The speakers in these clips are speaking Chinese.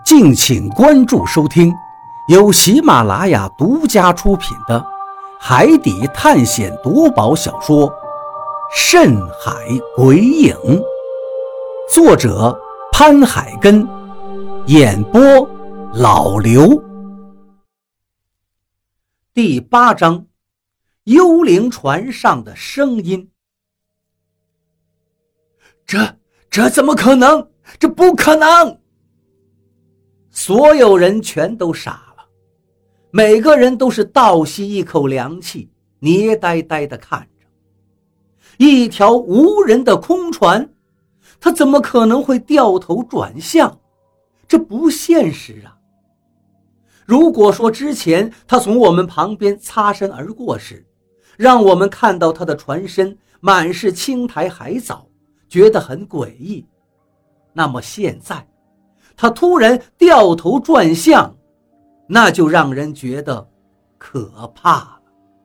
敬请关注收听，由喜马拉雅独家出品的海底探险夺宝小说《深海鬼影》，作者潘海根，演播老刘。第8章，幽灵船上的声音。 这怎么可能？这不可能！ 所有人全都傻了，每个人都是倒吸一口凉气，捏呆呆地看着一条无人的空船，它怎么可能会掉头转向？这不现实啊！如果说之前它从我们旁边擦身而过时，让我们看到它的船身满是青苔海藻，觉得很诡异，那么现在他突然掉头转向，那就让人觉得可怕了。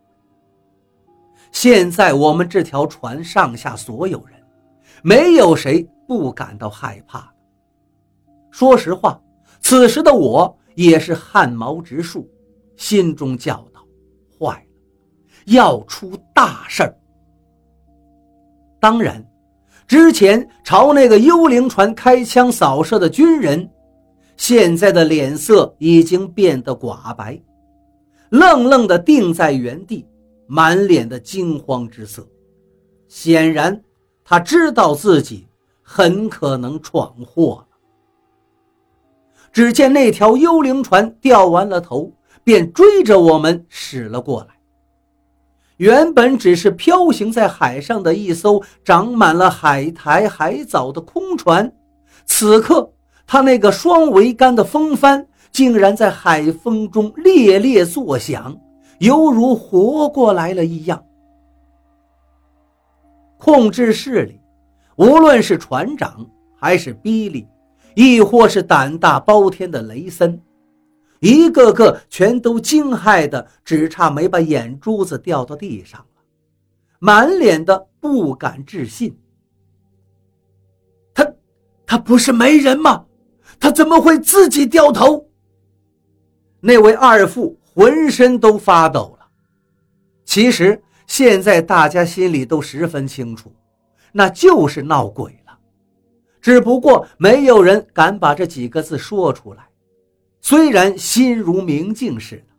现在我们这条船上下所有人，没有谁不感到害怕的。说实话，此时的我也是汗毛直竖，心中叫道：坏了，要出大事儿。当然，之前朝那个幽灵船开枪扫射的军人，现在的脸色已经变得寡白，愣愣地定在原地，满脸的惊慌之色。显然他知道自己很可能闯祸了。只见那条幽灵船掉完了头，便追着我们驶了过来。原本只是飘行在海上的一艘长满了海苔海藻的空船，此刻它那个双桅杆的风帆竟然在海风中猎猎作响，犹如活过来了一样。控制室里，无论是船长还是比利，亦或是胆大包天的雷森，一个个全都惊骇的只差没把眼珠子掉到地上了，满脸的不敢置信。 他不是没人吗？他怎么会自己掉头？ 那位二副浑身都发抖了。其实现在大家心里都十分清楚，那就是闹鬼了，只不过没有人敢把这几个字说出来，虽然心如明镜似的。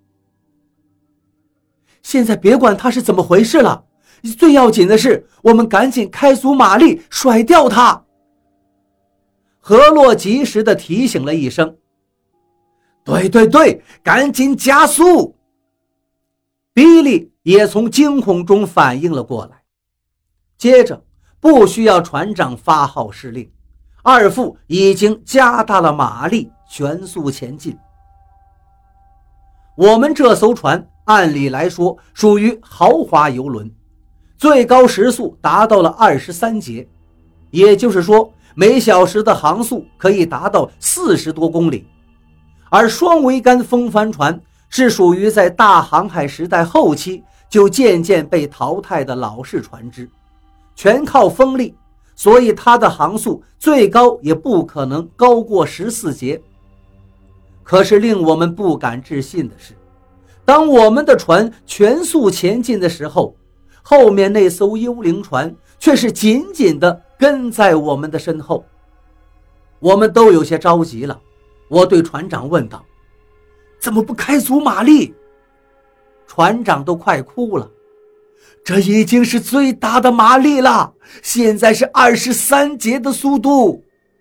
现在别管他是怎么回事了，最要紧的是我们赶紧开足马力甩掉他。何洛及时地提醒了一声： 对，赶紧加速。 比利也从惊恐中反应了过来，接着不需要船长发号施令，二副已经加大了马力，全速前进。我们这艘船按理来说属于豪华游轮，最高时速达到了23节，也就是说每小时的航速可以达到40多公里。而双桅杆风帆船是属于在大航海时代后期就渐渐被淘汰的老式船只，全靠风力，所以它的航速最高也不可能高过14节。可是令我们不敢置信的是，当我们的船全速前进的时候，后面那艘幽灵船却是紧紧地跟在我们的身后。我们都有些着急了，我对船长问道：怎么不开足马力？船长都快哭了： 这已经是最大的马力了，现在是23节的速度。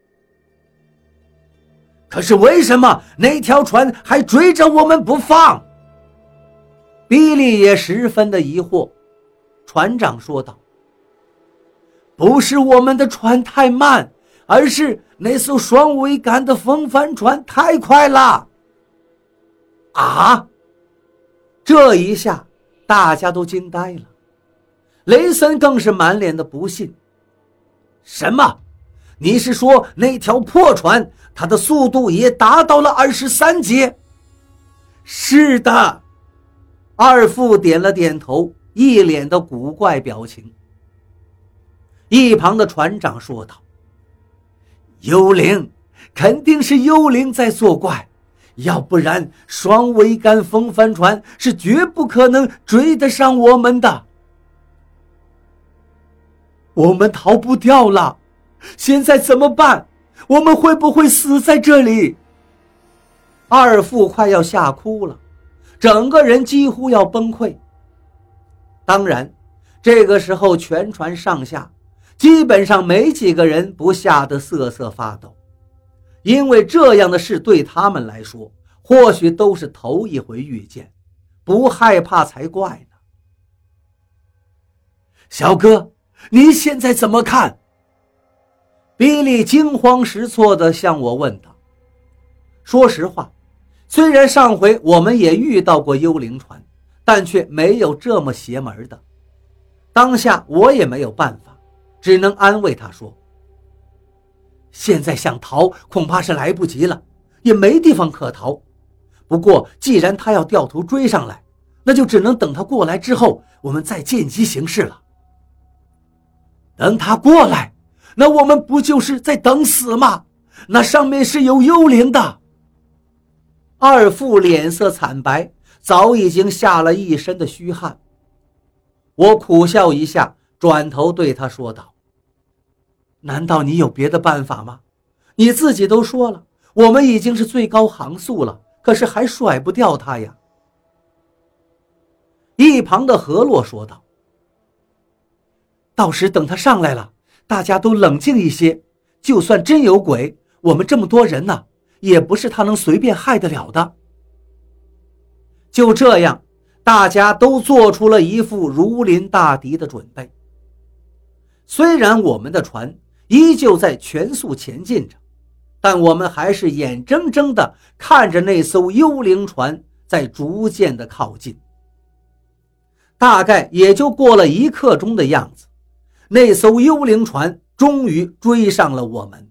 可是为什么那条船还追着我们不放？ 比利也十分的疑惑。船长说道： 不是我们的船太慢，而是那艘双桅杆的风帆船太快了。 啊！这一下大家都惊呆了，雷森更是满脸的不信。 什么？你是说那条破船它的速度也达到了23节？ 是的。二副点了点头，一脸的古怪表情。一旁的船长说道： 幽灵， 肯定是幽灵在作怪，要不然双桅杆风帆船是绝不可能追得上我们的。我们逃不掉了，现在怎么办？我们会不会死在这里？ 二副快要吓哭了，整个人几乎要崩溃。当然，这个时候全船上下基本上没几个人不吓得瑟瑟发抖，因为这样的事对他们来说或许都是头一回遇见，不害怕才怪呢。 小哥，你现在怎么看？ 比利惊慌失措地向我问道。说实话，虽然上回我们也遇到过幽灵船，但却没有这么邪门的。当下我也没有办法，只能安慰他说， 现在想逃恐怕是来不及了，也没地方可逃。不过既然他要掉头追上来，那就只能等他过来之后，我们再见机行事了。等他过来，那我们不就是在等死吗？那上面是有幽灵的。 二副脸色惨白，早已经下了一身的虚汗。我苦笑一下，转头对他说道， 难道你有别的办法吗？ 你自己都说了，我们已经是最高航速了，可是还甩不掉他呀。一旁的何洛说道， 到时等他上来了，大家都冷静一些，就算真有鬼，我们这么多人呢，也不是他能随便害得了的。 就这样，大家都做出了一副如临大敌的准备。虽然我们的船依旧在全速前进着，但我们还是眼睁睁地看着那艘幽灵船在逐渐的靠近。大概也就过了1刻钟的样子，那艘幽灵船终于追上了我们，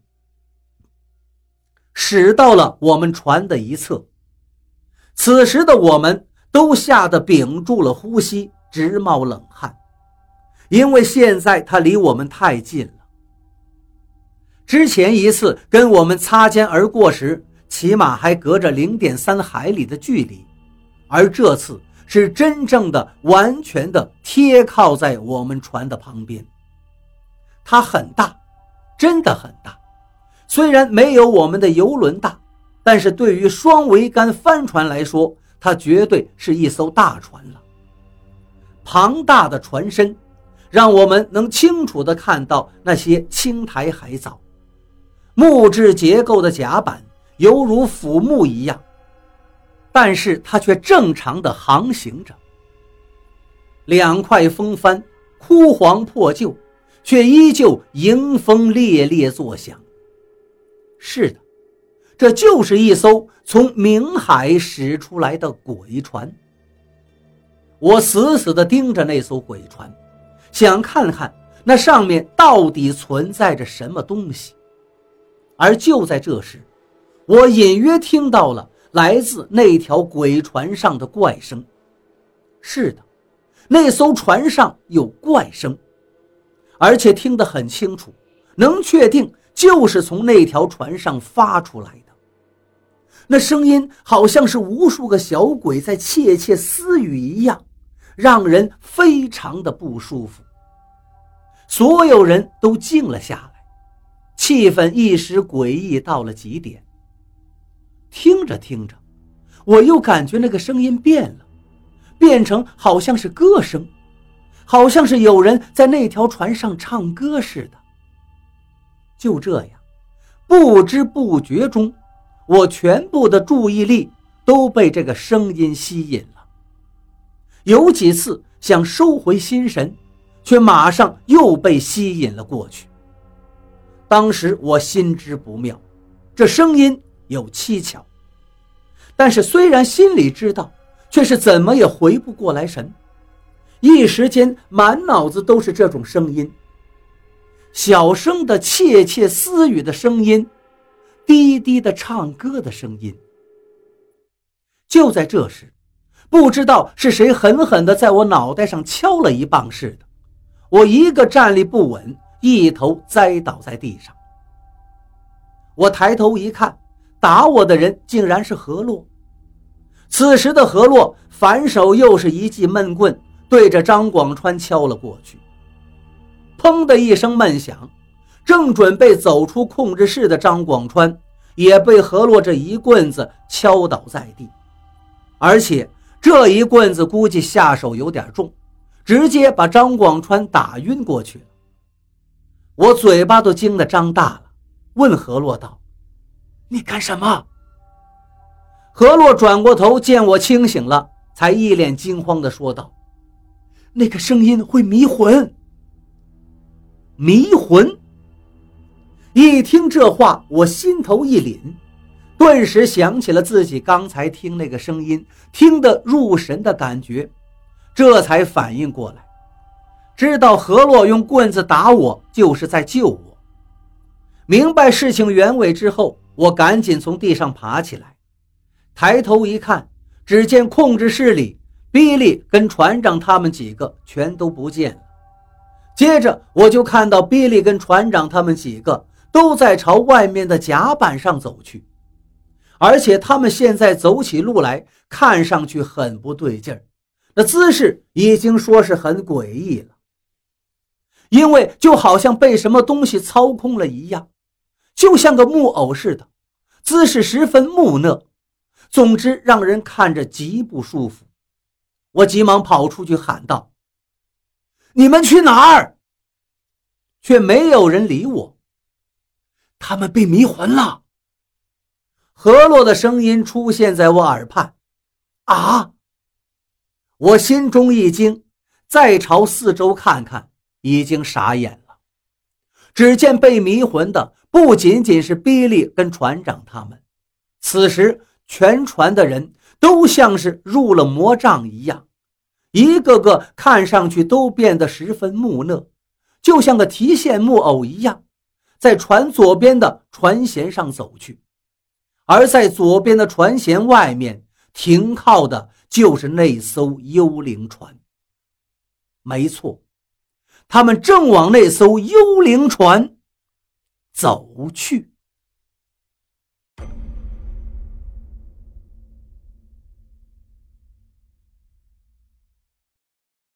驶到了我们船的一侧。此时的我们都吓得屏住了呼吸，直冒冷汗，因为现在它离我们太近了。之前一次跟我们擦肩而过时，起码还隔着0.3海里的距离，而这次是真正的完全的贴靠在我们船的旁边。它很大，真的很大，虽然没有我们的游轮大，但是对于双桅杆帆船来说，它绝对是一艘大船了。庞大的船身让我们能清楚地看到那些青苔海藻，木质结构的甲板犹如腐木一样，但是它却正常地航行着。2块风帆枯黄破旧，却依旧迎风猎猎作响。是的，这就是一艘从冥海驶出来的鬼船。我死死地盯着那艘鬼船，想看看那上面到底存在着什么东西。而就在这时，我隐约听到了来自那条鬼船上的怪声。是的，那艘船上有怪声，而且听得很清楚，能确定就是从那条船上发出来的。那声音好像是无数个小鬼在窃窃私语一样，让人非常的不舒服。所有人都静了下来，气氛一时诡异到了极点。听着听着，我又感觉那个声音变了，变成好像是歌声，好像是有人在那条船上唱歌似的。就这样，不知不觉中，我全部的注意力都被这个声音吸引了。有几次想收回心神，却马上又被吸引了过去。当时我心知不妙，这声音有蹊跷，但是虽然心里知道，却是怎么也回不过来神。一时间满脑子都是这种声音，小声的窃窃私语的声音，低低的唱歌的声音。就在这时，不知道是谁狠狠地在我脑袋上敲了一棒似的，我一个站立不稳，一头栽倒在地上。 我抬头一看，打我的人竟然是何洛。此时的何洛反手又是一记闷棍，对着张广川敲了过去。砰的一声闷响，正准备走出控制室的张广川也被何洛这一棍子敲倒在地，而且这一棍子估计下手有点重，直接把张广川打晕过去了。我嘴巴都惊得张大了，问何洛道：你干什么？何洛转过头见我清醒了，才一脸惊慌地说道：那个声音会迷魂。迷魂？一听这话，我心头一凛，顿时想起了自己刚才听那个声音听得入神的感觉，这才反应过来，知道何洛用棍子打我就是在救我。明白事情原委之后，我赶紧从地上爬起来，抬头一看，只见控制室里比利跟船长他们几个全都不见了。接着我就看到比利跟船长他们几个都在朝外面的甲板上走去，而且他们现在走起路来看上去很不对劲儿，那姿势已经说是很诡异了，因为就好像被什么东西操控了一样，就像个木偶似的，姿势十分木讷，总之让人看着极不舒服。我急忙跑出去喊道：你们去哪儿？却没有人理我。他们被迷魂了。何洛的声音出现在我耳畔。啊！我心中一惊，再朝四周看看，已经傻眼了。只见被迷魂的不仅仅是比利跟船长他们，此时全船的人都像是入了魔障一样，一个个看上去都变得十分木讷，就像个提线木偶一样，在船左边的船舷上走去。而在左边的船舷外面停靠的就是那艘幽灵船。没错，他们正往那艘幽灵船走去。